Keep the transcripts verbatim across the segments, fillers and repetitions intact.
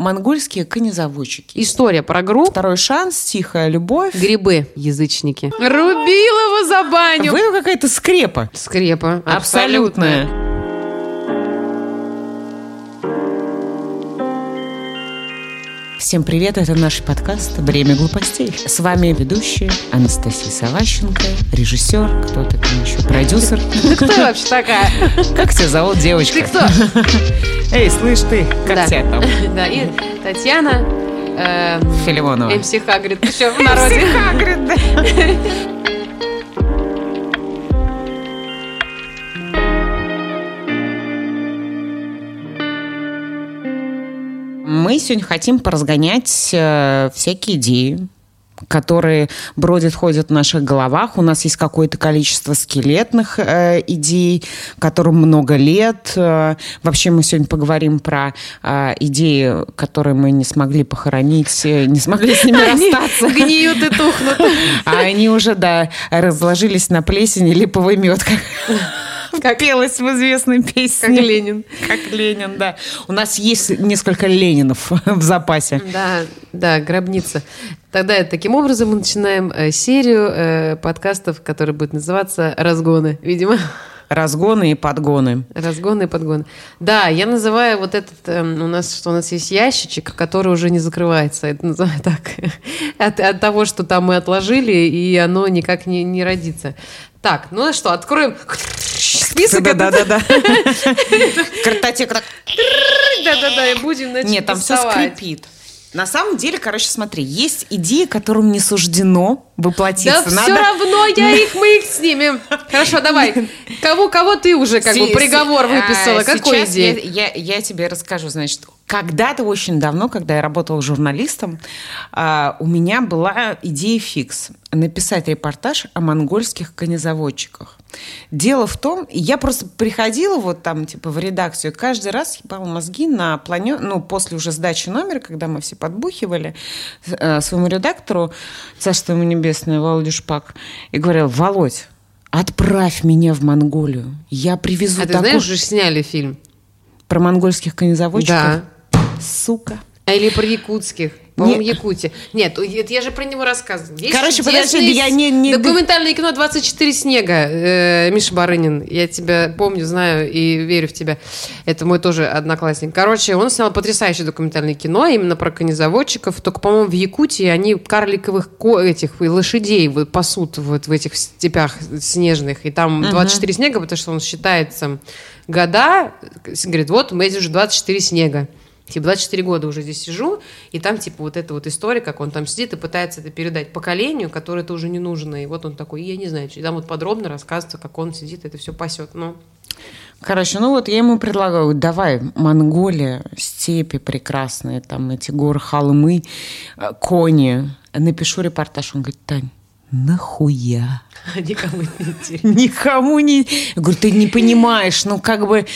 Монгольские конезаводчики. История про группу. Второй шанс, тихая любовь. Грибы, язычники. Рубилова за баню. Вы какая-то скрепа. Скрепа. Абсолютная. Абсолютная. Всем привет, это наш подкаст «Время глупостей». С вами ведущая Анастасия Саващенко, режиссер, кто-то там еще, продюсер. Ты кто вообще такая? Как тебя зовут, девочка? Ты кто? Эй, слышь ты, как тебя там? Да, и Татьяна Филимонова. эм си Хагрид еще в народе. эм си Хагрид, да. Мы сегодня хотим поразгонять э, всякие идеи, которые бродят, ходят в наших головах. У нас есть какое-то количество скелетных э, идей, которым много лет. Э, вообще мы сегодня поговорим про э, идеи, которые мы не смогли похоронить, э, не смогли с ними расстаться. Гниют и тухнут. А они уже, да, разложились на плесень и липовый мед, как... Как пелось в известной песне. Как Ленин. Как Ленин, да. У нас есть несколько Ленинов в запасе. Да, да, гробница. Тогда таким образом мы начинаем э, серию э, подкастов, которая будет называться «Разгоны», видимо. Разгоны и подгоны. Разгоны и подгоны. Да, я называю вот этот, э, у нас, что у нас есть ящичек, который уже не закрывается. Это называю так. От, от того, что там мы отложили, и оно никак не, не родится. Так, ну что, откроем список. Да-да-да. Картотека. Да-да-да, и будем, значит, Нет, там все скрипит. На самом деле, короче, смотри, есть идеи, которым не суждено воплотиться. Да Надо... все равно я их, мы их снимем. Хорошо, давай. Кого, кого ты уже как бы приговор выписала? Какой идеи? Я, я, я тебе расскажу. Значит, когда-то очень давно, когда я работала журналистом, у меня была идея фикс написать репортаж о монгольских конезаводчиках. Дело в том, я просто приходила вот там типа в редакцию, каждый раз ебала мозги на плане, ну, после уже сдачи номера, когда мы все подбухивали, э, своему редактору, царство ему небесное, Володю Шпак, и говорил: Володь, отправь меня в Монголию, я привезу А ты такой... знаешь, уже сняли фильм? Про монгольских конезаводчиков? Да. Сука. А или про якутских? По-моему, Якутия. Нет, я же про него рассказывала. Есть Короче, подожди, я не... не... Документальное кино «двадцать четыре снега». Э, Миша Барынин. Я тебя помню, знаю и верю в тебя. Это мой тоже одноклассник. Короче, он снял потрясающее документальное кино именно про конезаводчиков. Только, по-моему, в Якутии они карликовых ко- этих лошадей пасут вот в этих степях снежных. И там uh-huh. двадцать четыре снега, потому что он считается года. Говорит, вот мы эти уже двадцать четыре снега. Типа двадцать четыре года уже здесь сижу, и там типа вот эта вот история, как он там сидит и пытается это передать поколению, которое это уже не нужно. И вот он такой, я не знаю, и там вот подробно рассказывается, как он сидит, это все пасет. Ну. Короче, ну вот я ему предлагаю: давай, Монголия, степи прекрасные, там эти горы, холмы, кони. Напишу репортаж. Он говорит: Тань, нахуя? Никому не интересно. Никому не... Я говорю, ты не понимаешь, ну как бы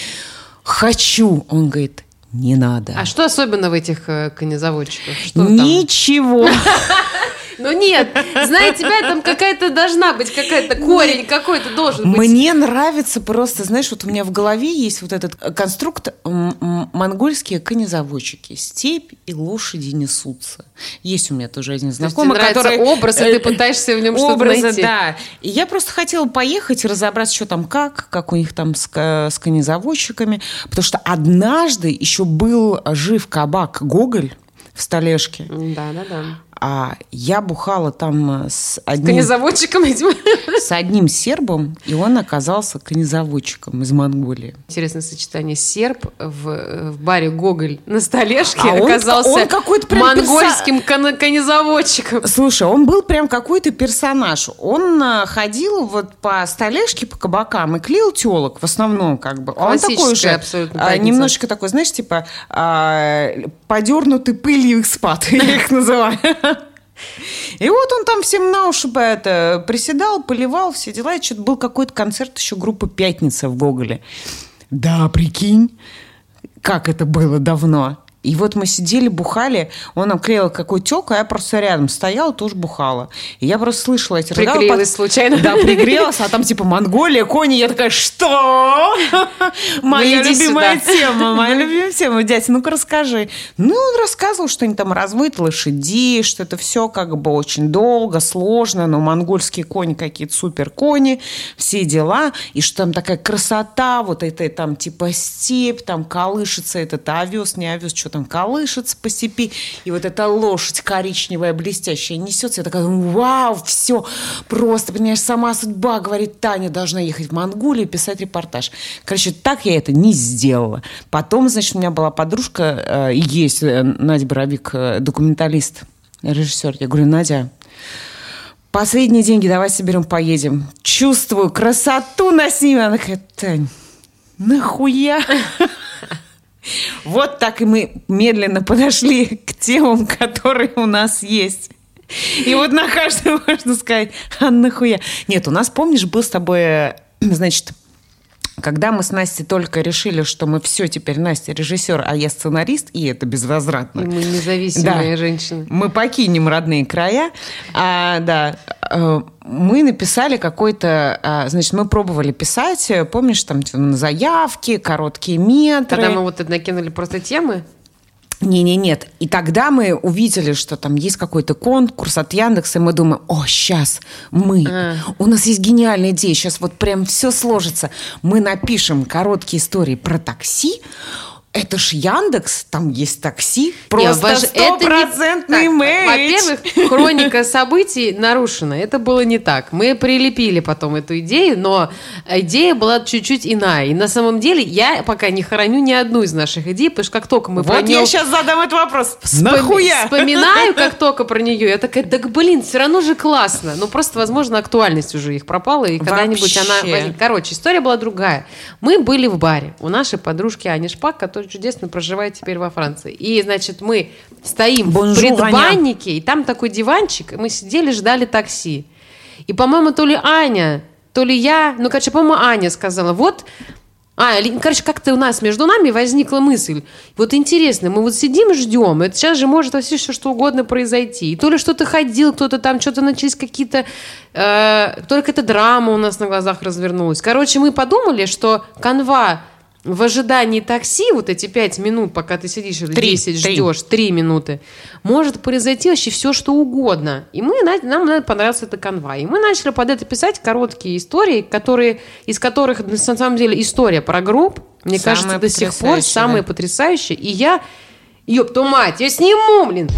хочу. Он говорит: не надо. А что особенно в этих э, конезаводчиках? Что Ничего. Ну нет, зная тебя, там какая-то должна быть, какая-то корень какой-то должен быть. Мне нравится просто, знаешь, вот у меня в голове есть вот этот конструкт: монгольские конезаводчики. Степь и лошади несутся. Есть у меня тоже один знакомый, который... образ, и ты пытаешься в нем что-то найти. Да. И я просто хотела поехать и разобраться, что там как, как у них там с, с конезаводчиками. Потому что однажды еще был жив кабак «Гоголь» в Столешке. Да-да-да. А я бухала там с одним... Конезаводчиком, видимо. С одним сербом, и он оказался конезаводчиком из Монголии. Интересное сочетание. Серб в, в баре «Гоголь» на Столешке а оказался он, он какой-то монгольским перса... конезаводчиком. Слушай, он был прям какой-то персонаж. Он ходил вот по Столешке, по кабакам и клеил телок в основном, как бы. Он такой же, абсолютно немножечко такой, знаешь, типа подернутый пылью экспат, я их называю. И вот он там всем на уши это приседал, поливал, все дела. И что-то был какой-то концерт еще группы «Пятница» в Гоголе. Да, прикинь, как это было давно. И вот мы сидели, бухали, он нам клеил какую тёлку, а я просто рядом стояла, тоже бухала. И я просто слышала эти разговоры. Пригрелась случайно? Да, пригрелась, а там типа Монголия, кони. Я такая, что? Моя любимая тема, моя любимая тема. Дядя, ну-ка расскажи. Ну, он рассказывал, что они там разводят лошадей, что это все как бы очень долго, сложно, но монгольские кони какие-то супер кони, все дела. И что там такая красота, вот это там типа степь, там колышется этот овес, не овес, что там колышется по степи, и вот эта лошадь коричневая, блестящая несется. Я такая, вау, все, просто, понимаешь, сама судьба, говорит, Таня должна ехать в Монголию и писать репортаж. Короче, так я это не сделала. Потом, значит, у меня была подружка, есть Надя Боровик, документалист, режиссер. Я говорю, Надя, последние деньги давай соберем, поедем. Чувствую красоту на снимке. Она такая, Тань, нахуя? Вот так и мы медленно подошли к темам, которые у нас есть. И вот на каждую можно сказать, а нахуя? Нет, у нас, помнишь, был с тобой, значит, когда мы с Настей только решили, что мы все, теперь Настя режиссер, а я сценарист, и это безвозвратно. И мы независимые да. женщины. Мы покинем родные края. А, да, мы написали какой-то... Значит, мы пробовали писать, помнишь, там заявки, короткие метры. Когда мы вот это накинули просто темы? Не-не-нет. И тогда мы увидели, что там есть какой-то конкурс от Яндекса, и мы думаем, о, сейчас мы, а. у нас есть гениальная идея, сейчас вот прям все сложится. Мы напишем короткие истории про такси. Это ж Яндекс, там есть такси. Просто стопроцентный мэйч. Во-первых, хроника событий нарушена. Это было не так. Мы прилепили потом эту идею, но идея была чуть-чуть иная. И на самом деле я пока не хороню ни одну из наших идей, потому что как только мы вот про нее... Вот я сейчас задам этот вопрос. Вспом... Нахуя? Вспоминаю, как только про нее, я такая, так блин, все равно же классно. Ну просто, возможно, актуальность уже их пропала, и когда-нибудь она возникнет. Короче, история была другая. Мы были в баре у нашей подружки Ани Шпак, которая чудесно проживает теперь во Франции. И, значит, мы стоим Бонжур, в предбаннике, Аня. И там такой диванчик, и мы сидели, ждали такси. И, по-моему, то ли Аня, то ли я, ну, короче, по-моему, Аня сказала, вот, а, короче, как-то у нас между нами возникла мысль, вот интересно, мы вот сидим и ждем, это сейчас же может вообще все что угодно произойти. И то ли что-то ходил, кто-то там, что-то начались какие-то, э, то ли какая-то драма у нас на глазах развернулась. Короче, мы подумали, что канва в ожидании такси, вот эти пять минут, пока ты сидишь или десять ждешь, три минуты, может произойти вообще все, что угодно. И мы, нам понравилась эта канва. И мы начали под это писать короткие истории, которые, из которых, на самом деле, история про гроб, мне самая кажется, до сих пор самая да. потрясающая. И я, ёб твою мать, я сниму, блин!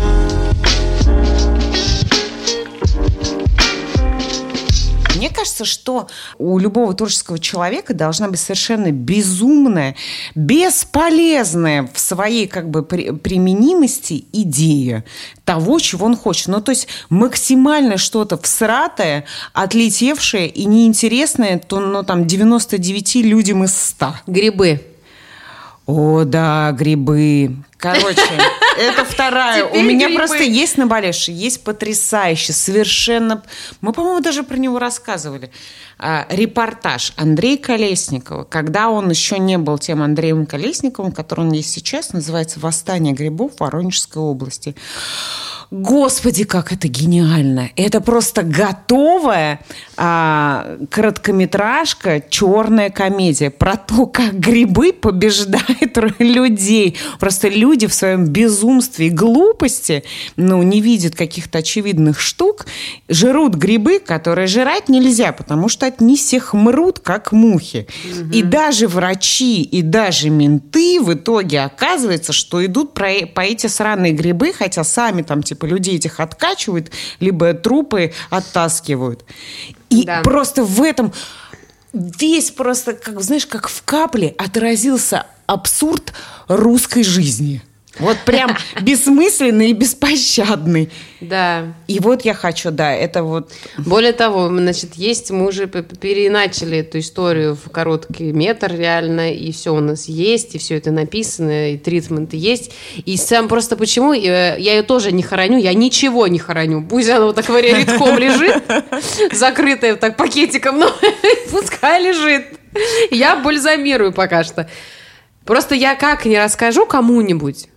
Мне кажется, что у любого творческого человека должна быть совершенно безумная, бесполезная в своей как бы применимости идея того, чего он хочет. Ну, то есть максимально что-то всратое, отлетевшее и неинтересное, то, ну, там, девяносто девять людям из ста. Грибы. О, да, грибы. Короче, это вторая. У меня грибы. Просто есть наболевший, есть потрясающий, совершенно... Мы, по-моему, даже про него рассказывали. А, репортаж Андрея Колесникова, когда он еще не был тем Андреем Колесниковым, который он есть сейчас, называется «Восстание грибов в Воронежской области». Господи, как это гениально! Это просто готовая а, короткометражка, черная комедия про то, как грибы побеждают людей. Просто люди в своем безумстве и глупости, ну, не видят каких-то очевидных штук, жрут грибы, которые жрать нельзя, потому что от них всех мрут, как мухи. Угу. И даже врачи, и даже менты в итоге оказывается, что идут про, по эти сраные грибы, хотя сами там типа людей этих откачивают, либо трупы оттаскивают. И да. просто в этом весь просто, как знаешь, как в капле отразился абсурд русской жизни. Вот прям бессмысленный и беспощадный. Да. И вот я хочу, да, это вот... Более того, значит, есть, мы уже переначали эту историю в короткий метр реально, и все у нас есть, и все это написано, и тритменты есть. И сам просто почему, я ее тоже не хороню, я ничего не хороню. Пусть она вот так редком лежит, закрытая так пакетиком, но пускай лежит. Я бальзамирую пока что. Просто я как не расскажу кому-нибудь,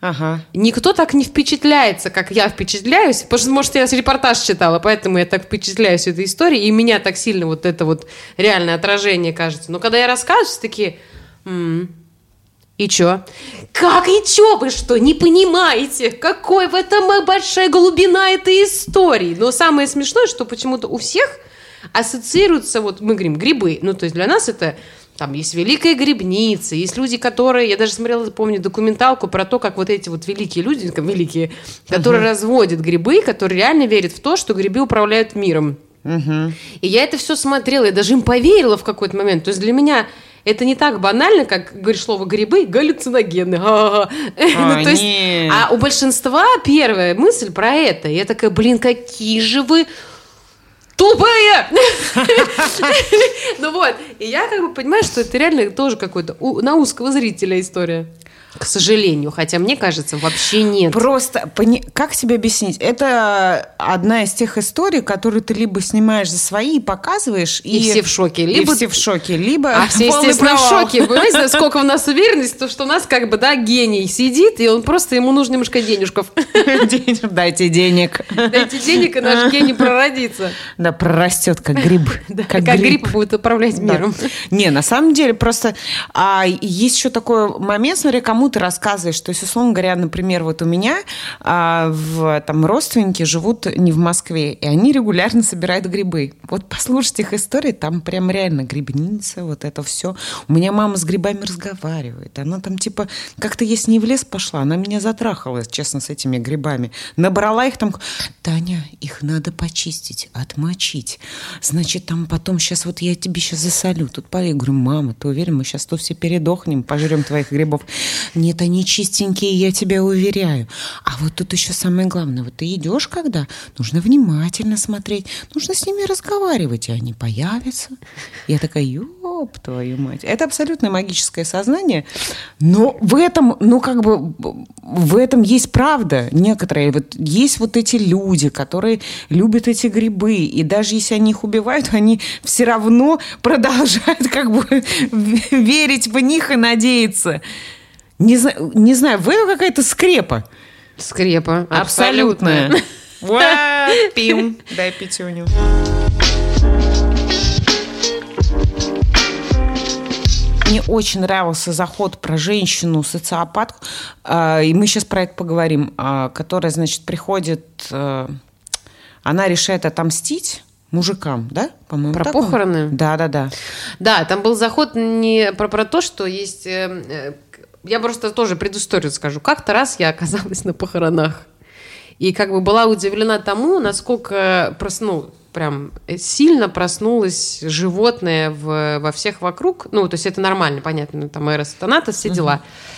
Ага. Никто так не впечатляется, как я впечатляюсь. Потому что, может, я репортаж читала, поэтому я так впечатляюсь этой историей, и меня так сильно вот это вот реальное отражение кажется. Но когда я рассказываю, все такие... М-м, и чё? Как и чё? Вы что, не понимаете? Какой в этом большая глубина этой истории? Но самое смешное, что почему-то у всех ассоциируются, вот мы говорим, грибы. Ну, то есть для нас это... Там есть великая грибница, есть люди, которые... Я даже смотрела, помню, документалку про то, как вот эти вот великие люди, великие, которые uh-huh. разводят грибы, которые реально верят в то, что грибы управляют миром. Uh-huh. И я это все смотрела, я даже им поверила в какой-то момент. То есть для меня это не так банально, как, говоришь слово грибы, галлюциногены. А, ну, то есть, а у большинства первая мысль про это. И я такая, блин, какие же вы... Тупые! Ну вот, и я как бы понимаю, что это реально тоже какой-то на узкого зрителя история. К сожалению, хотя мне кажется, вообще нет. Просто, как тебе объяснить? Это одна из тех историй, которые ты либо снимаешь за свои и показываешь, и, и все в шоке, либо и все в шоке, либо а все, естественно, в шоке. Вы понимаете, сколько у нас уверенности, то, что у нас как бы, да, гений сидит, и он просто, ему нужно немножко денежков. Дайте денег. Дайте денег, и наш гений прородится. Да, прорастет, как гриб. Как гриб будет управлять миром. Не, на самом деле, просто есть еще такой момент, смотри, кому ты рассказываешь, то есть, условно говоря, например, вот у меня а, в, там родственники живут не в Москве, и они регулярно собирают грибы. Вот послушайте их истории, там прям реально грибница, вот это все. У меня мама с грибами разговаривает, она там типа, как-то я с ней в лес пошла, она меня затрахала, честно, с этими грибами. Набрала их там, Таня, их надо почистить, отмочить. Значит, там потом сейчас вот я тебе сейчас засолю. Тут я говорю, мама, ты уверена, мы сейчас тут все передохнем, пожрем твоих грибов. Нет, они чистенькие, я тебя уверяю. А вот тут еще самое главное. Вот ты идешь когда, нужно внимательно смотреть, нужно с ними разговаривать, и они появятся. Я такая, ёб твою мать. Это абсолютно магическое сознание, но в этом, ну как бы, в этом есть правда некоторые. Вот есть вот эти люди, которые любят эти грибы, и даже если они их убивают, они все равно продолжают как бы верить в них и надеяться. Не знаю, не знаю, в этом какая-то скрепа. Скрепа. Абсолютная. Пим. Дай пятюню. Мне очень нравился заход про женщину-социопатку, и мы сейчас про это поговорим, которая, значит, приходит, она решает отомстить мужикам, да? По-моему, про так? похороны? Да, да, да. Да, там был заход не про, про то, что есть... Я просто тоже предысторию скажу. Как-то раз я оказалась на похоронах. И как бы была удивлена тому, насколько просну, прям сильно проснулось животное в, во всех вокруг. Ну, то есть это нормально, понятно. Там Эрос, Танатос, все дела.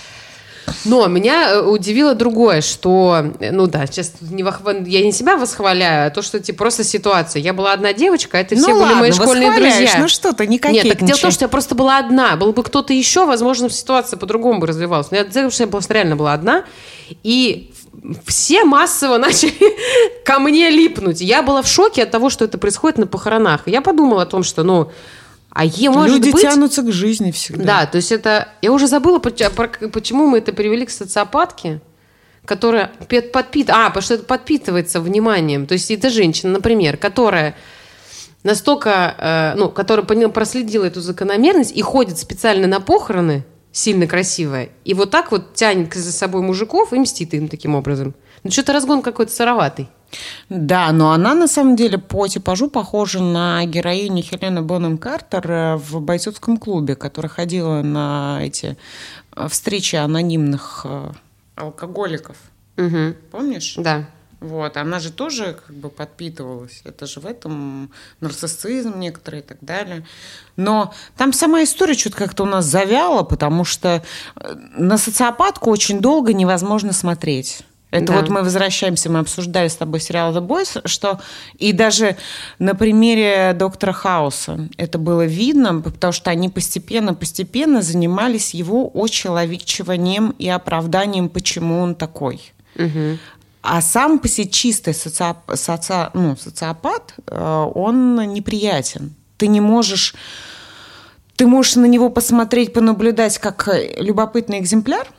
Но меня удивило другое, что, ну да, сейчас не вох... я не себя восхваляю, а то, что типа просто ситуация. Я была одна девочка, это все ну, были ладно, мои школьные друзья. Ну что ты, не кокетничай. Нет, так дело в том, что я просто была одна. Был бы кто-то еще, возможно, ситуация по-другому бы развивалась. Но я дело, что я просто реально была одна. И все массово начали ко мне липнуть. Я была в шоке от того, что это происходит на похоронах. И я подумала о том, что, ну, а е, может люди быть... тянутся к жизни всегда. Да, то есть это... Я уже забыла, почему мы это привели к социопатке, которая подпит... А, потому что это подпитывается вниманием. То есть это женщина, например, которая настолько... Э, ну, которая проследила эту закономерность и ходит специально на похороны, сильно красивая, и вот так вот тянет за собой мужиков и мстит им таким образом. Ну, что-то разгон какой-то сыроватый. Да, но она на самом деле по типажу похожа на героиню Хелены Бонем Картер в бойцовском клубе, которая ходила на эти встречи анонимных алкоголиков. Угу. Помнишь? Да. Вот, она же тоже как бы подпитывалась. Это же в этом нарциссизм некоторые и так далее. Но там сама история что-то как-то у нас завяла, потому что на социопатку очень долго невозможно смотреть. Это да. Вот мы возвращаемся, мы обсуждали с тобой сериал «The Boys», что и даже на примере «Доктора Хауса» это было видно, потому что они постепенно-постепенно занимались его очеловечиванием и оправданием, почему он такой. Угу. А сам по себе чистый социоп... соци... ну, социопат, он неприятен. Ты не можешь... Ты можешь на него посмотреть, понаблюдать как любопытный экземпляр,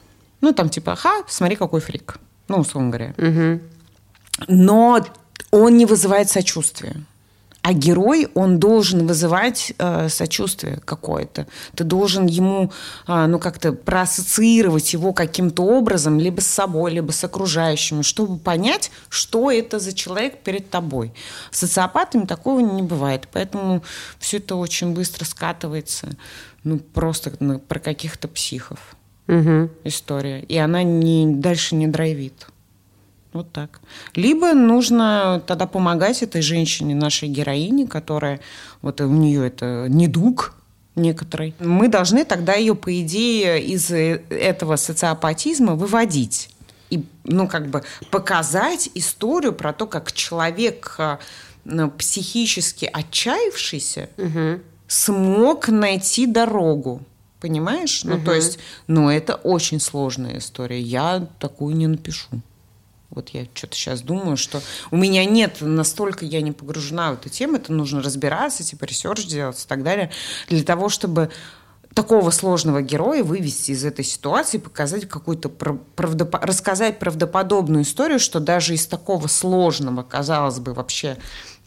Ну, там типа, ага, смотри, какой фрик. Ну, условно говоря. Угу. Но он не вызывает сочувствия. А герой, он должен вызывать э, сочувствие какое-то. Ты должен ему, э, ну, как-то проассоциировать его каким-то образом, либо с собой, либо с окружающими, чтобы понять, что это за человек перед тобой. С социопатами такого не бывает. Поэтому все это очень быстро скатывается, ну, просто ну, про каких-то психов. Угу. История. И она не, дальше не драйвит. Вот так. Либо нужно тогда помогать этой женщине, нашей героине, которая, вот у нее это недуг некоторый. Мы должны тогда ее, по идее, из этого социопатизма выводить. И, ну, как бы показать историю про то, как человек, ну, психически отчаявшийся, угу. смог найти дорогу. Понимаешь? Угу. Ну, то есть, ну, это очень сложная история. Я такую не напишу. Вот я что-то сейчас думаю, что у меня нет, настолько я не погружена в эту тему, это нужно разбираться, типа ресерч делать и так далее, для того, чтобы такого сложного героя вывести из этой ситуации, показать какую-то правдоп... рассказать правдоподобную историю, что даже из такого сложного, казалось бы, вообще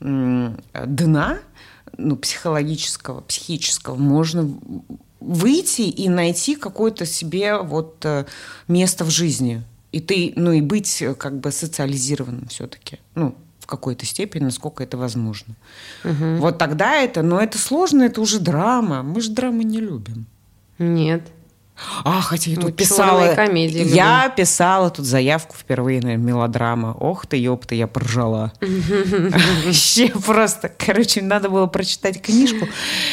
дна, ну, психологического, психического, можно выйти и найти какое-то себе вот место в жизни. И ты, ну, и быть как бы социализированным все-таки, ну, в какой-то степени, насколько это возможно. Угу. Вот тогда это, но это сложно, это уже драма. Мы же драмы не любим. Нет. А, хотя я тут ну, писала... Я любим. писала тут заявку впервые на мелодрама. Ох ты, ёпта, я поржала. Вообще просто, короче, надо было прочитать книжку.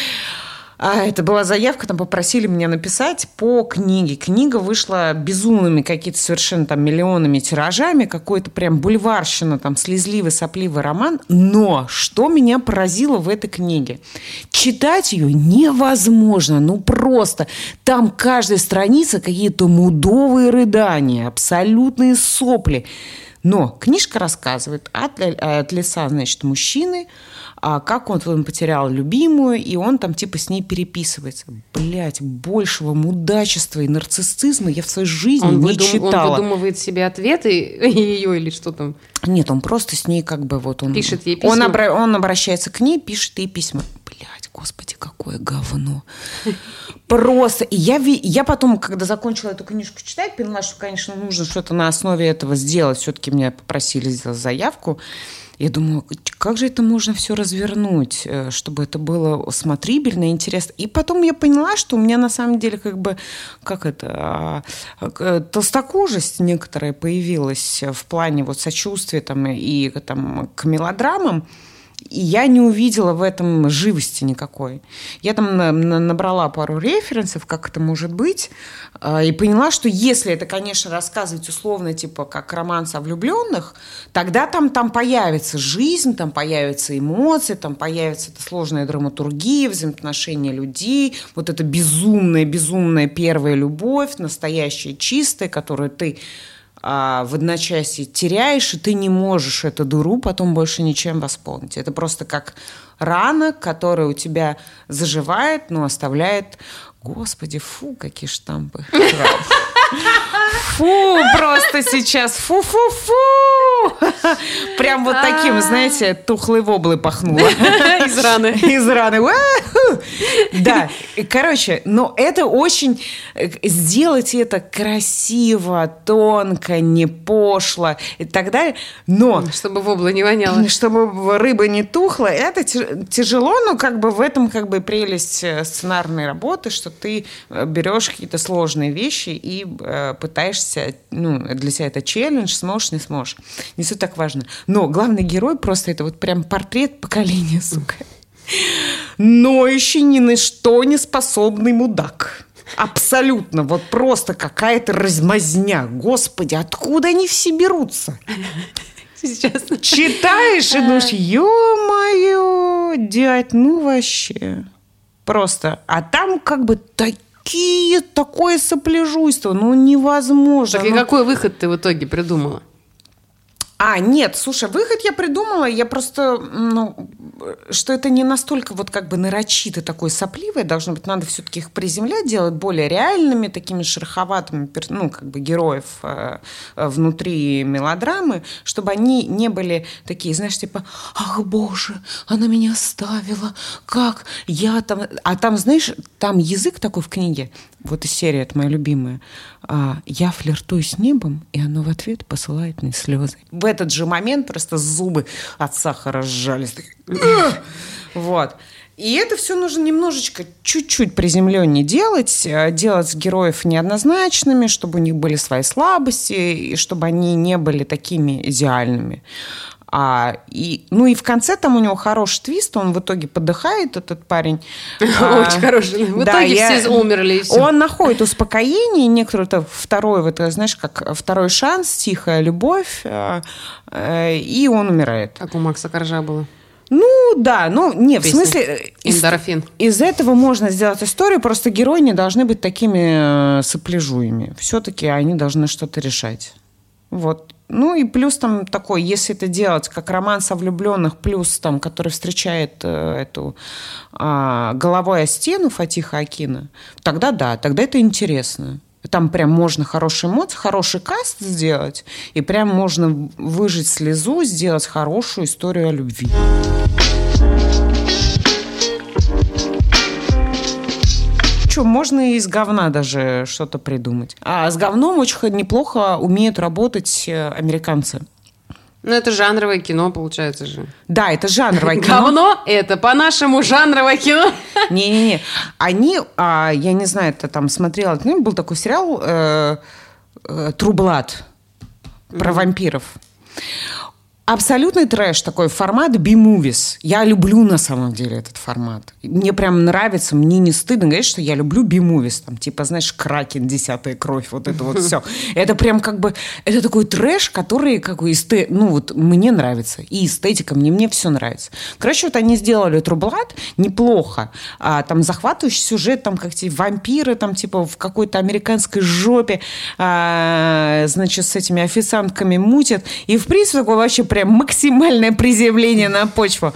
А это была заявка, там попросили меня написать по книге. Книга вышла безумными какие-то совершенно там миллионами тиражами, какой-то прям бульварщина, там слезливый, сопливый роман. Но что меня поразило в этой книге? Читать ее невозможно, ну просто. Там каждая страница какие-то мудовые рыдания, абсолютные сопли. Но книжка рассказывает от, от лица, значит, мужчины, а как он, он потерял любимую, и он там типа с ней переписывается. Блять, большего мудачества и нарциссизма я в своей жизни он не выдум, читала. Он выдумывает себе ответы ее или что там? Нет, он просто с ней как бы вот он... Пишет ей письма? Он, обра- он обращается к ней, пишет ей письма. Блять, господи, какое говно. Просто. И я, я потом, когда закончила эту книжку читать, поняла, что, конечно, нужно что-то на основе этого сделать. Все-таки меня попросили сделать заявку. Я думаю, как же это можно все развернуть, чтобы это было смотрибельно и интересно. И потом я поняла, что у меня на самом деле как бы, как это, толстокожесть некоторая появилась в плане вот сочувствия там, и там, к мелодрамам. И я не увидела в этом живости никакой. Я там набрала пару референсов, как это может быть, и поняла, что если это, конечно, рассказывать условно, типа, как романс о влюбленных, тогда там, там появится жизнь, там появятся эмоции, там появится эта сложная драматургия, взаимоотношения людей, вот эта безумная-безумная первая любовь, настоящая, чистая, которую ты в одночасье теряешь, и ты не можешь эту дыру потом больше ничем восполнить. Это просто как рана, которая у тебя заживает, но оставляет... Господи, фу, какие штампы. Фу, просто сейчас. Фу-фу-фу. Прям вот таким, знаете, тухлой воблой пахнуло. Из раны. Из раны. Да, короче, но это очень... Сделать это красиво, тонко, не пошло и так далее. Но... Чтобы вобла не воняла. Чтобы рыба не тухла. Это тяжело, но как бы в этом как бы прелесть сценарной работы, что ты берешь какие-то сложные вещи и э, пытаешься, ну, для себя это челлендж, сможешь, не сможешь. Не суть так важно. Но главный герой просто это вот прям портрет поколения, сука. Ноющий, ни на что не способный мудак. Абсолютно. Вот просто какая-то размазня. Господи, откуда они все берутся? Сейчас. Читаешь и думаешь, ё-моё, дядь, ну вообще... Просто. А там как бы такие, такое сопляжуйство. Ну, невозможно. Так и ну... какой выход ты в итоге придумала? А, нет, слушай, выход я придумала. Я просто, ну, что это не настолько вот как бы нарочито такое сопливое должно быть. Надо все-таки их приземлять, делать более реальными, такими шероховатыми, ну, как бы героев э, внутри мелодрамы, чтобы они не были такие, знаешь, типа, ах, боже, она меня оставила, как я там... А там, знаешь, там язык такой в книге, вот из серии, это моя любимая, а, я флиртую с небом, и оно в ответ посылает мне слезы. В этот же момент просто зубы от сахара сжались. Вот. И это все нужно немножечко, чуть-чуть приземленнее делать, делать героев неоднозначными, чтобы у них были свои слабости, и чтобы они не были такими идеальными. А, и, ну и в конце там у него хороший твист, он в итоге подыхает, этот парень. Очень хороший. В итоге все умерли. Он находит успокоение, некоторые это второй, вот, знаешь, как второй шанс, тихая любовь, и он умирает. Как у Макса Коржа было. Ну, да, ну, не, в смысле... Эндорфин. Из, из этого можно сделать историю, просто герои не должны быть такими сопляжуями. Все-таки они должны что-то решать. Вот. Ну и плюс там такой, если это делать как роман со влюбленных, плюс там, который встречает э, эту э, головой о стену Фатиха Акина, тогда да, тогда это интересно. Там прям можно хорошие эмоции, хороший каст сделать, и прям можно выжать слезу, сделать хорошую историю о любви. Можно и из говна даже что-то придумать. А с говном очень неплохо умеют работать американцы. Ну, это жанровое кино, получается же. Да, это жанровое кино. Говно – это по-нашему жанровое кино. Не-не-не. Они, а, я не знаю, это там смотрела, ну, был такой сериал э, э, «True Blood» про mm-hmm. вампиров. Абсолютный трэш, такой формат би-мувис. Я люблю на самом деле этот формат. Мне прям нравится, мне не стыдно говорить, что я люблю би-мувис. Там, типа, знаешь, Кракен, Десятая кровь, вот это вот все. Это прям как бы, это такой трэш, который, какой эстет, ну вот мне нравится. И эстетика, мне, мне все нравится. Короче, вот они сделали True Blood неплохо. А, там захватывающий сюжет, там как-то вампиры, там типа в какой-то американской жопе, а, значит, с этими официантками мутят. И в принципе такой вообще прям максимальное приземление на почву.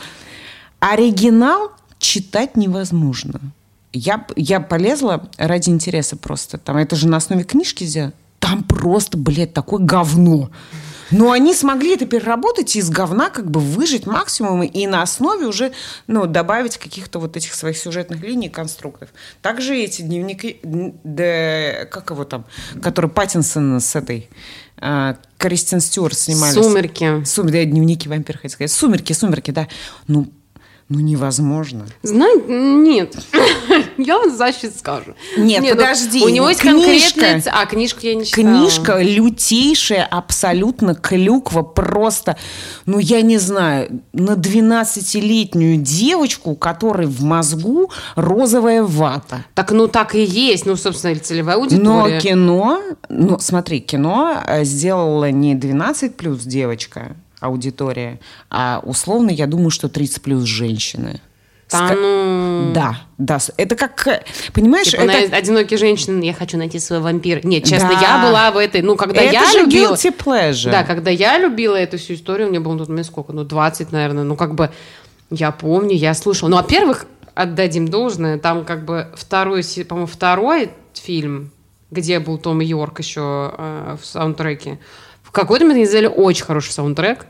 Оригинал читать невозможно. Я, я полезла ради интереса просто. Там, это же на основе книжки сделано. Там просто, блядь, такое говно. Но они смогли это переработать и из говна как бы выжить максимум и на основе уже ну, добавить каких-то вот этих своих сюжетных линий и конструктов. Также эти дневники, да, как его там, который Паттинсон с этой э, Кристен Стюарт снимались. «Сумерки». Сумерки, да, дневники вампира, хотел сказать. «Сумерки», «Сумерки», да. Ну, ну невозможно. Знаете, нет. Я вам значит скажу. Нет, Нет подожди. У него есть книжка, конкретная... А, книжку я не читала. Книжка лютейшая, абсолютно клюква, просто, ну, я не знаю, на двенадцатилетнюю девочку, у которой в мозгу розовая вата. Так, ну, так и есть. Ну, собственно, целевая аудитория. Но кино... Ну, смотри, кино сделала не двенадцать плюс девочка, аудитория, а условно, я думаю, что тридцать плюс женщины. Да, Ска... ну... да, да. Это как, понимаешь... Типа это... одинокие женщины, я хочу найти своего вампира. Нет, честно, да. я была в этой... Ну, когда это я же любила... guilty pleasure. Да, когда я любила эту всю историю, мне было на тот момент сколько? Ну, двадцать, наверное. Ну, как бы, я помню, я слушала. Ну, во-первых, отдадим должное, там как бы второй, по-моему, второй фильм, где был Том Йорк еще э, в саундтреке. В какой-то момент они сделали очень хороший саундтрек.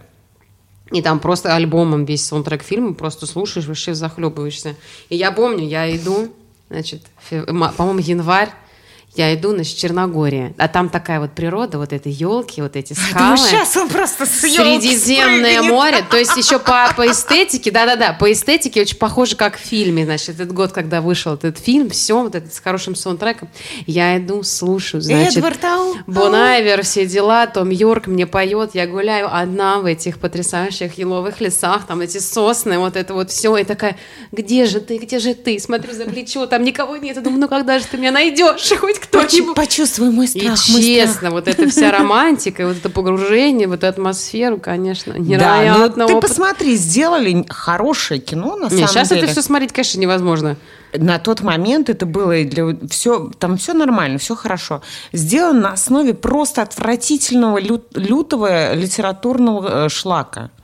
И там просто альбомом весь саундтрек фильма просто слушаешь, вообще захлебываешься. И я помню, я иду, значит, по-моему, январь, я иду, значит, в Черногория, а там такая вот природа, вот эти елки, вот эти скалы. Думаю, сейчас он просто с елки Средиземное спрыгнет. море, то есть еще по, по эстетике, да-да-да, по эстетике очень похоже, как в фильме, значит, этот год, когда вышел этот фильм, все, вот этот с хорошим саундтреком, я иду, слушаю, значит, Эдвард Ау. Бон Айвер, все дела, Том Йорк мне поет, я гуляю одна в этих потрясающих еловых лесах, там эти сосны, вот это вот все, и такая, где же ты, где же ты, смотрю за плечо, там никого нет, я думаю, ну когда же ты меня найдешь, хоть кто-нибудь. Почувствуй мой страх. И мой честно, страх. вот эта вся романтика, вот это погружение, вот эту атмосферу, конечно, невероятно. Да, ну, ты посмотри, сделали хорошее кино, на Не, самом сейчас деле. это все смотреть, конечно, невозможно. На тот момент это было и для все, там все нормально, все хорошо. Сделано на основе просто отвратительного лют, лютого литературного шлака.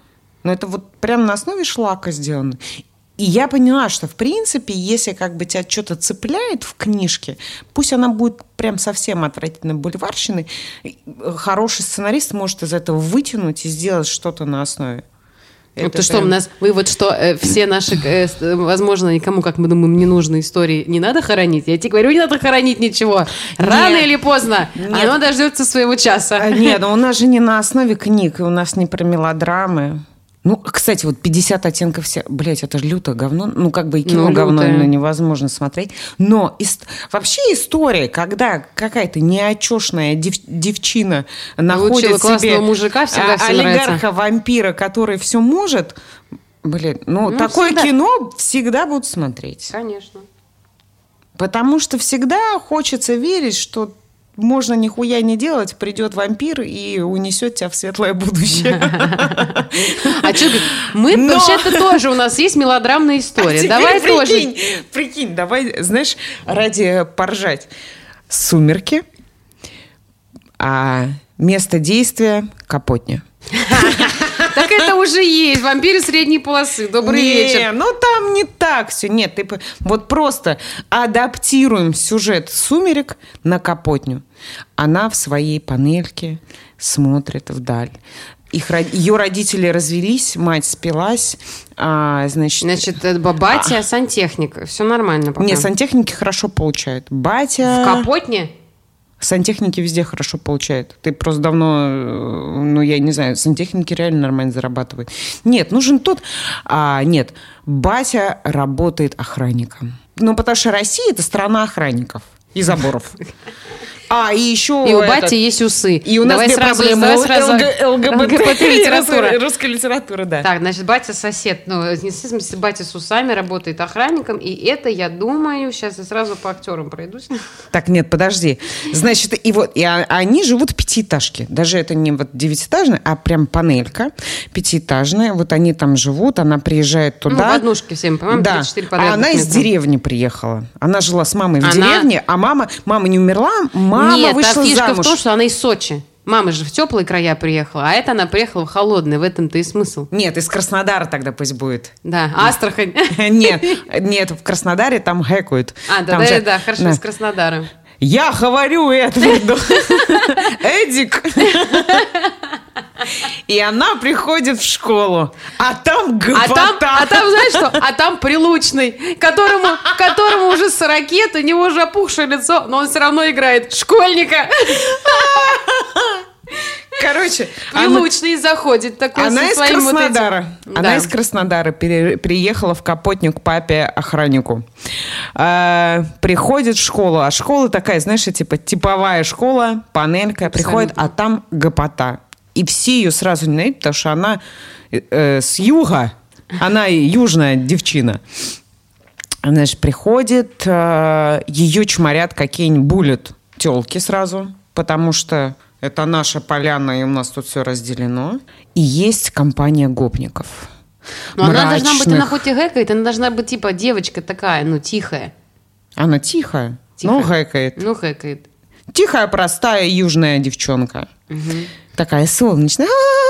Но это вот прям на основе шлака сделано. И я поняла, что, в принципе, если как бы тебя что-то цепляет в книжке, пусть она будет прям совсем отвратительной бульварщиной, хороший сценарист может из этого вытянуть и сделать что-то на основе. Это прям... что, у нас вывод, что э, все наши, э, возможно, никому, как мы думаем, ненужные истории не надо хоронить? Я тебе говорю, не надо хоронить ничего. Рано нет, или поздно нет. Оно дождется своего часа. Нет, но у нас же не на основе книг, и у нас не про мелодрамы. Ну, кстати, вот пятьдесят оттенков все... Блять, это же лютое говно. Ну, как бы и кино ну, говно ну, невозможно смотреть. Но ис... вообще история, когда какая-то неочешная дев... девчина находит себе мужика, всегда всем олигарха-вампира, который все может... Блин, ну, ну такое всегда. Кино всегда будут смотреть. Конечно. Потому что всегда хочется верить, что... Можно нихуя не делать, придет вампир и унесет тебя в светлое будущее. А что, мы вообще-то тоже, у нас есть мелодрамная история. Давай тоже. Прикинь, давай, знаешь, ради поржать. Сумерки, а место действия — Капотня. Так это уже есть. Вампиры средней полосы. Добрый не, вечер. Ну там не так все. Нет, ты вот просто адаптируем сюжет «Сумерек» на Капотню. Она в своей панельке смотрит вдаль. Их, ее родители развелись, мать спилась. А, значит, значит, батя а... сантехник. Все нормально пока. Не, сантехники хорошо получают. Батя... В Капотне? Сантехники везде хорошо получают. Ты просто давно, ну, я не знаю, сантехники реально нормально зарабатывают. Нет, нужен тот... А, нет, батя работает охранником. Ну, потому что Россия – это страна охранников и заборов. А, и еще... И у бати есть усы. И у нас давай две сразу, проблемы. Давай сразу ЛГБТ-литература. Русская литература, да. Так, значит, батя-сосед. Ну, не в смысле, батя с усами работает охранником. И это, я думаю, сейчас я сразу по актерам пройдусь. Так, нет, подожди. Значит, и вот и они живут в пятиэтажке. Даже это не вот девятиэтажная, а прям панелька пятиэтажная. Вот они там живут, она приезжает туда. Ну, в однушке всем, по-моему, да. тридцать четыре квадратных А она метра. из деревни приехала. Она жила с мамой в она... деревне, а мама, мама не умерла, мама Нет, вышла замуж. Нет, фишка в том, что она из Сочи. Мама же в теплые края приехала, а это она приехала в холодные. В этом-то и смысл. Нет, из Краснодара тогда пусть будет. Да, Астрахань. Нет, нет, в Краснодаре там хэкают. А, да, да, да, хорошо, из Краснодара. Я говорю Эдварду. Эдик. И она приходит в школу, а там гопота. А там, а там, знаешь что? А там Прилучный, которому, которому уже сорокет, у него уже опухшее лицо, но он все равно играет школьника. Короче, Прилучный она, заходит такой она со из своим Краснодара. Вот этим. Она да. из Краснодара пере, приехала в Капотню к папе-охраннику. А, приходит в школу, а школа такая, знаешь, типа типовая школа, панелька. Абсолютно. Приходит, а там гопота. И все ее сразу ненавидят, потому что она э, с юга, она южная девчина. Она же приходит, э, ее чморят какие-нибудь булят тёлки сразу, потому что это наша поляна, и у нас тут все разделено. И есть компания гопников. Но мрачных. Она должна быть, она хоть и гэкает, она должна быть типа девочка такая, ну, тихая. Она тихая, тихая. но гэкает. Ну, гэкает. Тихая, простая южная девчонка. Угу. Такая солнечная.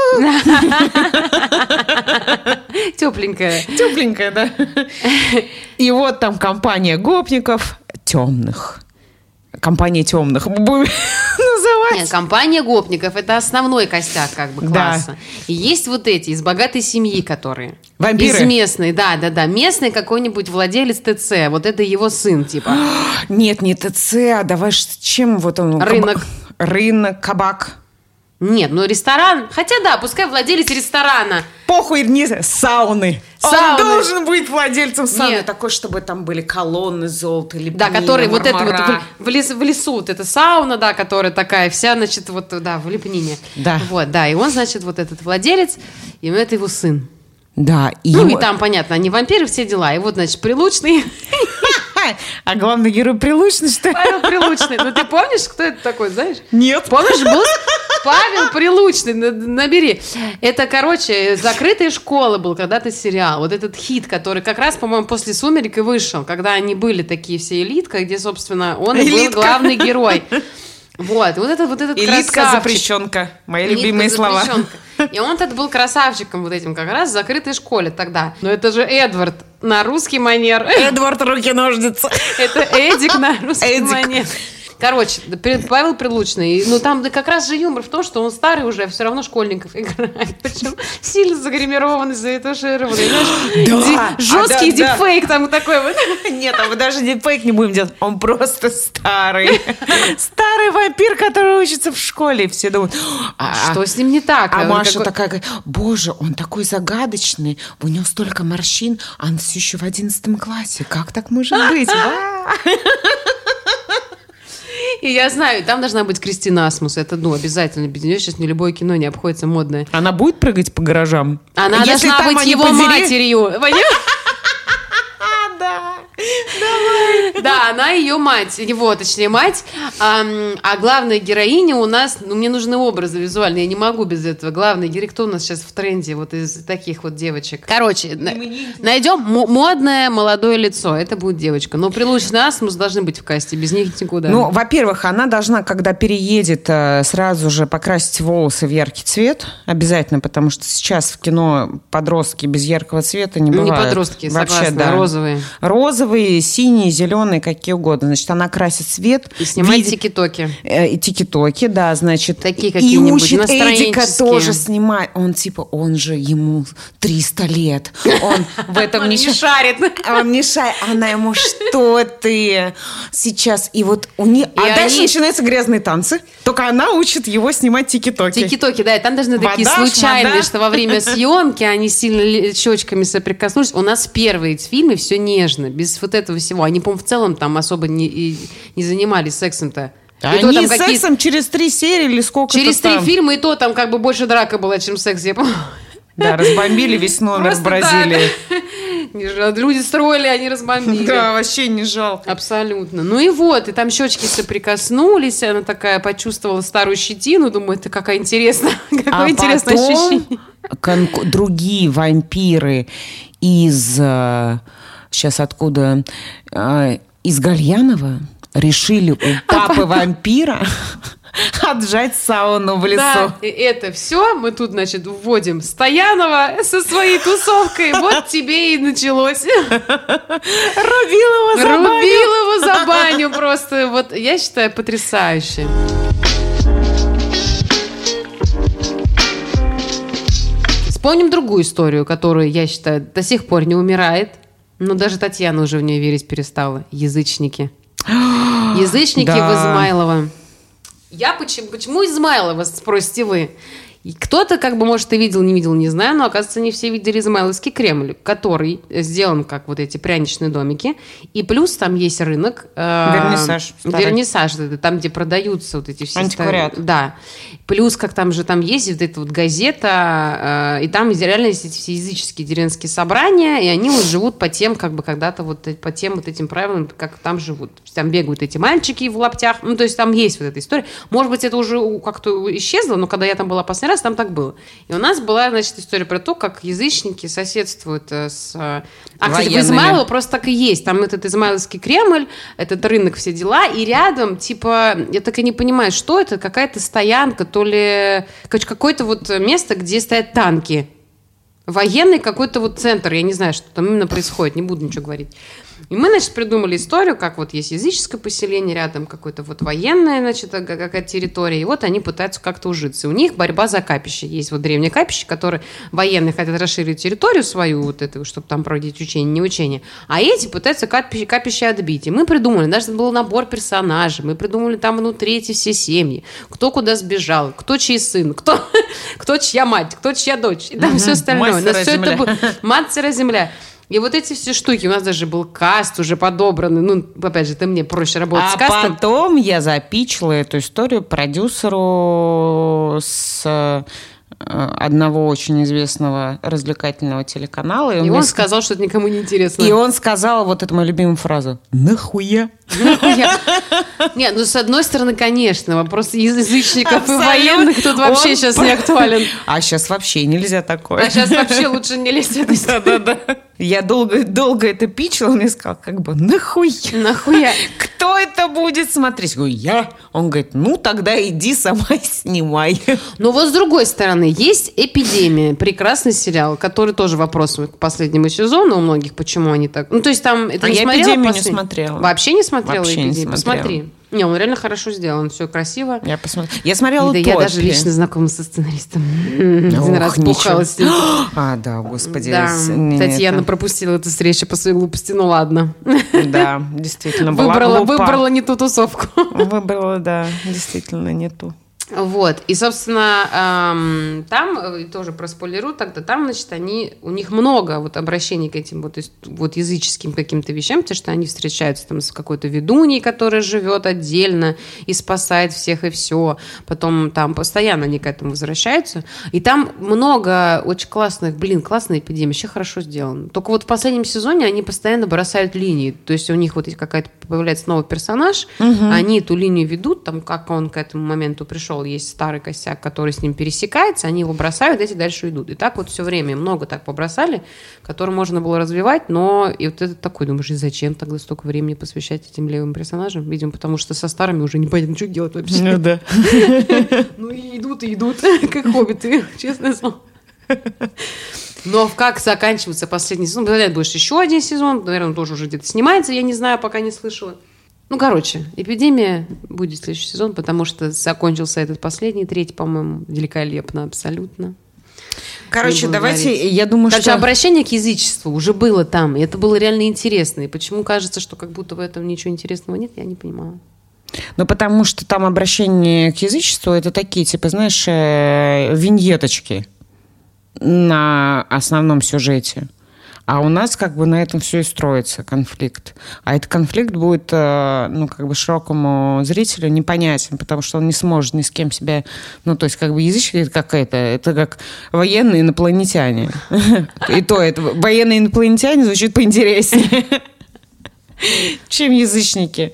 Тепленькая. Тепленькая, да. И вот там компания гопников темных. Компания темных. Будем называть. Нет, компания гопников – это основной костяк как бы класса. Да. И есть вот эти из богатой семьи, которые. Вампиры. Из местной, да, да, да. Местный какой-нибудь владелец ТЦ. Вот это его сын, типа. Нет, не ТЦ, а давай чем вот он? Рынок. Кабак. Рынок, кабак. Нет, ну ресторан. Хотя да, пускай владелец ресторана. Похуй, не сауны. Сауны. Он должен быть владельцем сауны. Нет. Такой, чтобы там были колонны золота, лепнина, да, который мармара. Вот это вот в, в, лес, в лесу. Вот эта сауна, да, которая такая вся, значит, вот, да, в лепнине. Да. Вот, да, и он, значит, вот этот владелец, и это его сын. Да. И ну, ему... и там, понятно, они вампиры, все дела. И вот, значит, Прилучный... А главный герой Прилучный, что ли? Павел Прилучный. Ну, ты помнишь, кто это такой, знаешь? Нет. Помнишь, был Павел Прилучный, набери. Это, короче, «Закрытая школа» был когда-то сериал. Вот этот хит, который как раз, по-моему, после «Сумерек» и вышел, когда они были такие все элитка, где, собственно, он и был главный герой. Вот, вот этот, вот этот Элитка, красавчик. запрещенка. Мои Элитка, любимые слова. запрещенка. И он тогда был красавчиком вот этим как раз в закрытой школе тогда. Но это же Эдвард на русский манер. Эдвард руки-ножницы. Это Эдик на русский Эдик. манер. Короче, Павел Прилучный, ну там как раз же юмор в том, что он старый уже, все равно школьников играет. Причем сильно загримированный, заретушированный. Да, Жесткий а, да, дипфейк да. там такой вот. Нет, а мы даже дипфейк не будем делать. Он просто старый. Старый вампир, который учится в школе. И все думают, а, что с ним не так? А Он Маша какой... такая говорит, боже, он такой загадочный, у него столько морщин, а он все еще в одиннадцатом классе. Как так может быть? И я знаю, там должна быть Кристина Асмус. Это, ну, обязательно. Без нее сейчас ни любое кино не обходится модное. Она будет прыгать по гаражам? Она Если должна быть его позире... матерью. Да. Да, она ее мать, его, точнее, мать. А, а главная героиня у нас, ну, мне нужны образы визуальные, я не могу без этого. Главная героиня, кто у нас сейчас в тренде вот из таких вот девочек? Короче, на, найдем модное молодое лицо, это будет девочка. Но Прилучный Асмус должны быть в касте, без них никуда. Ну, во-первых, она должна, когда переедет, сразу же покрасить волосы в яркий цвет, обязательно, потому что сейчас в кино подростки без яркого цвета не бывают. Не подростки, вообще, согласна, да. розовые. Розовые, синие, зеленые, какие угодно. Значит, она красит цвет. И снимает видит... тики-токи. Э, и тики-токи, да, значит. Такие и какие-нибудь учит Эдика настроенческие. тоже снимать. Он типа, он же ему триста лет. Он в этом не шарит. Он не шарит. Она ему, что ты сейчас? И вот у нее... А дальше начинаются грязные танцы. Только она учит его снимать тики-токи. Тики-токи, да, и там должны такие Вода, случайные, шмада. что во время съемки они сильно щечками соприкоснулись. У нас первые фильмы все нежно, без вот этого всего. Они, по-моему, в целом там особо не, и, не занимались сексом-то. Да И то они там сексом какие... через три серии или сколько-то Через три там. фильма, и то там как бы больше драка была, чем секс, я помню. Да, разбомбили весь номер Просто в Бразилии. Не жалко. Люди строили, они разбомбили. Да, вообще не жалко. Абсолютно. Ну и вот, и там щечки соприкоснулись, она такая почувствовала старую щетину, думаю, это какая интересная, какое А интересное потом ощущение. кон- другие вампиры из... э, Сейчас откуда? э, Из Гальянова решили у папы вампира отжать сауну в лесу. Да, и это все мы тут, значит, вводим Стоянова со своей тусовкой. Вот тебе и началось. Рубил его за баню. Рубил его за баню просто. Вот я считаю, потрясающе. Вспомним другую историю, которую, я считаю, до сих пор не умирает. Но даже Татьяна уже в нее верить перестала. Язычники. Язычники Да. в Измайлово. Я почему, почему Измайлово, спросите вы? И кто-то, как бы, может, и видел, не видел, не знаю, но, оказывается, не все видели Измайловский Кремль, который сделан как вот эти пряничные домики. И плюс там есть рынок. Э, Вернисаж. Старый. Вернисаж, это там, где продаются вот эти все... Антиквариат. старые- Да. Плюс, как там же там есть вот эта вот газета, э, и там реально есть эти все языческие деревенские собрания, и они вот живут по тем, как бы, когда-то вот по тем вот этим правилам, как там живут. Там бегают эти мальчики в лаптях, ну, то есть там есть вот эта история. Может быть, это уже у- как-то исчезло, но когда я там была последний раз, там так было. И у нас была, значит, история про то, как язычники соседствуют э, с... э, А, кстати, в Военными. Измайлово просто так и есть. Там этот Измайловский Кремль, этот рынок, все дела, и рядом, типа, я так и не понимаю, что это, какая-то стоянка, то ли... Короче, какое-то вот место, где стоят танки. Военный какой-то вот центр, я не знаю, что там именно происходит, не буду ничего говорить. И мы, значит, придумали историю, как вот есть языческое поселение, рядом какое-то вот военное, значит, какая-то территория, и вот они пытаются как-то ужиться. И у них борьба за капище. Есть вот древнее капище, которое военные хотят расширить территорию свою, вот эту, чтобы там проводить учение, не учение, а эти пытаются капище, капище отбить. И мы придумали, даже был набор персонажей, мы придумали там внутри эти все семьи, кто куда сбежал, кто чей сын, кто, кто чья мать, кто чья дочь, и там Мгм. все остальное. Мать У нас сыра все это земля. было. Мать сыра земля. И вот эти все штуки, у нас даже был каст уже подобранный. Ну, опять же, ты мне проще работать А с кастом. потом я запичила эту историю продюсеру с э, одного очень известного развлекательного телеканала. И мне он ск- сказал, что это никому не интересно. И он сказал вот эту мою любимую фразу: «Нахуя?» Нихуя. Нет, ну, с одной стороны, конечно, вопрос язычников и Абсолютно. военных тут вообще Он сейчас про- не актуален. А сейчас вообще нельзя такое. А сейчас вообще лучше не лезть в эту историю. Да-да-да. Я долго, долго это пичила, он мне сказал, как бы, нахуя? Нахуя? Кто это будет смотреть? Я говорю, я. Он говорит, ну, тогда иди сама снимай. Но вот с другой стороны, есть «Эпидемия», прекрасный сериал, который тоже вопрос к последнему сезону у многих, почему они так... Ну, то есть там... Это а не я смотрела «Эпидемию» послед... не смотрела. Вообще не смотрела Вообще не «Эпидемию»? смотрела. Посмотри. Не, он реально хорошо сделан, все красиво. Я посмотрела. Я смотрела Да, «Топи». я даже лично знакома со сценаристом. Один раз бухалась с ним. А, да, господи. Да, Не, Татьяна это- пропустила эту встречу по своей глупости, ну ладно. Да, действительно, была Выбрала, глупа. выбрала не ту тусовку. Выбрала, да, действительно, не ту. Вот, и, собственно, эм, там, э, тоже проспойлеру тогда, там, значит, они, у них много вот обращений к этим вот, ис- вот языческим каким-то вещам, потому что они встречаются там с какой-то ведуньей, которая живет отдельно и спасает всех и все, потом там постоянно они к этому возвращаются, и там много очень классных, блин, классная «Эпидемия», вообще хорошо сделано. Только вот в последнем сезоне они постоянно бросают линии, то есть у них вот есть какая-то, появляется новый персонаж, Угу. они эту линию ведут, там, как он к этому моменту пришел, есть старый косяк, который с ним пересекается, они его бросают, эти дальше идут. И так вот все время много так побросали, которые можно было развивать, но и вот это такой, думаешь, и зачем тогда столько времени посвящать этим левым персонажам? Видимо, потому что со старыми уже непонятно, что делать вообще. Ну да. Ну и идут, и идут, как хоббиты, честное слово. Но как заканчивается последний сезон? Наверное, будет еще один сезон, наверное, тоже уже где-то снимается, я не знаю, пока не слышала. Ну, короче, «Эпидемия» будет следующий сезон, потому что закончился этот последний, третий, по-моему, великолепно абсолютно. Короче, Не буду давайте, говорить. я думаю, Короче, что... обращение к язычеству уже было там, и это было реально интересно. И почему кажется, что как будто в этом ничего интересного нет, я не понимаю. Ну, потому что там обращение к язычеству, это такие, типа, знаешь, э, виньеточки на основном сюжете. А у нас как бы на этом все и строится конфликт. А этот конфликт будет, э, ну, как бы широкому зрителю непонятен, потому что он не сможет ни с кем себя... Ну, то есть, как бы язычники это какая-то... Это как военные инопланетяне. И то это военные инопланетяне звучит поинтереснее, чем язычники.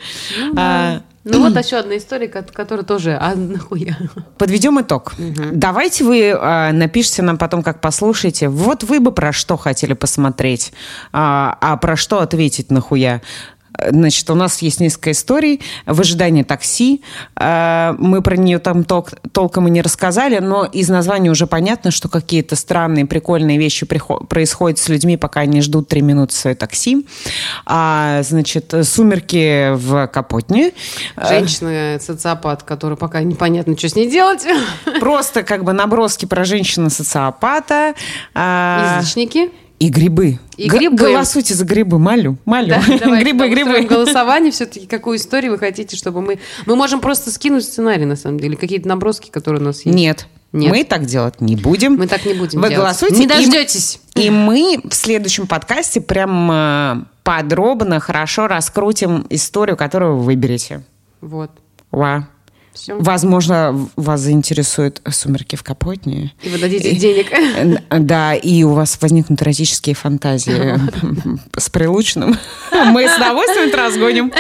Ну вот еще одна история, ко- которая тоже, а нахуя? Подведем итог. Давайте вы э, напишите нам потом, как послушаете. Вот вы бы про что хотели посмотреть, а, а про что ответить нахуя. Значит, у нас есть несколько историй. «В ожидании такси». Э, Мы про нее там тол- толком и не рассказали, но из названия уже понятно, что какие-то странные, прикольные вещи приход- происходят с людьми, пока они ждут три минуты свое такси. А, значит, «Сумерки в Капотне». Женщина-социопат, которая пока непонятно, что с ней делать. Просто как бы наброски про женщину-социопата. А, Язычники. И грибы. И Г- грибы. Голосуйте за грибы, молю, молю. Да, давайте Грибы, там устроим грибы. голосование все-таки, какую историю вы хотите, чтобы мы... Мы можем просто скинуть сценарий, на самом деле, какие-то наброски, которые у нас есть. Нет, Нет. мы так делать не будем. Мы так не будем Вы делать. голосуйте. Не и- дождетесь. И мы в следующем подкасте прям э, подробно, хорошо раскрутим историю, которую вы выберете. Вот. Ва. Все. Возможно, вас заинтересуют «Сумерки в Капотне». И вы дадите денег. Э, Да, и у вас возникнут эротические фантазии с Прилучным. Мы с удовольствием это разгоним.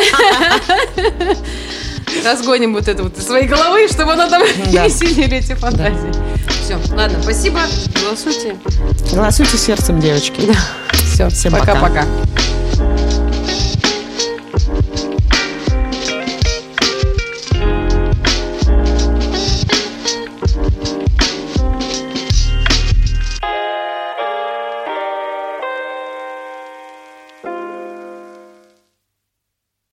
Разгоним вот это вот из своей головы, чтобы оно там Да. не сидели эти фантазии. Все, ладно, спасибо. Голосуйте. Голосуйте сердцем, девочки. Все, Всем пока. пока-пока.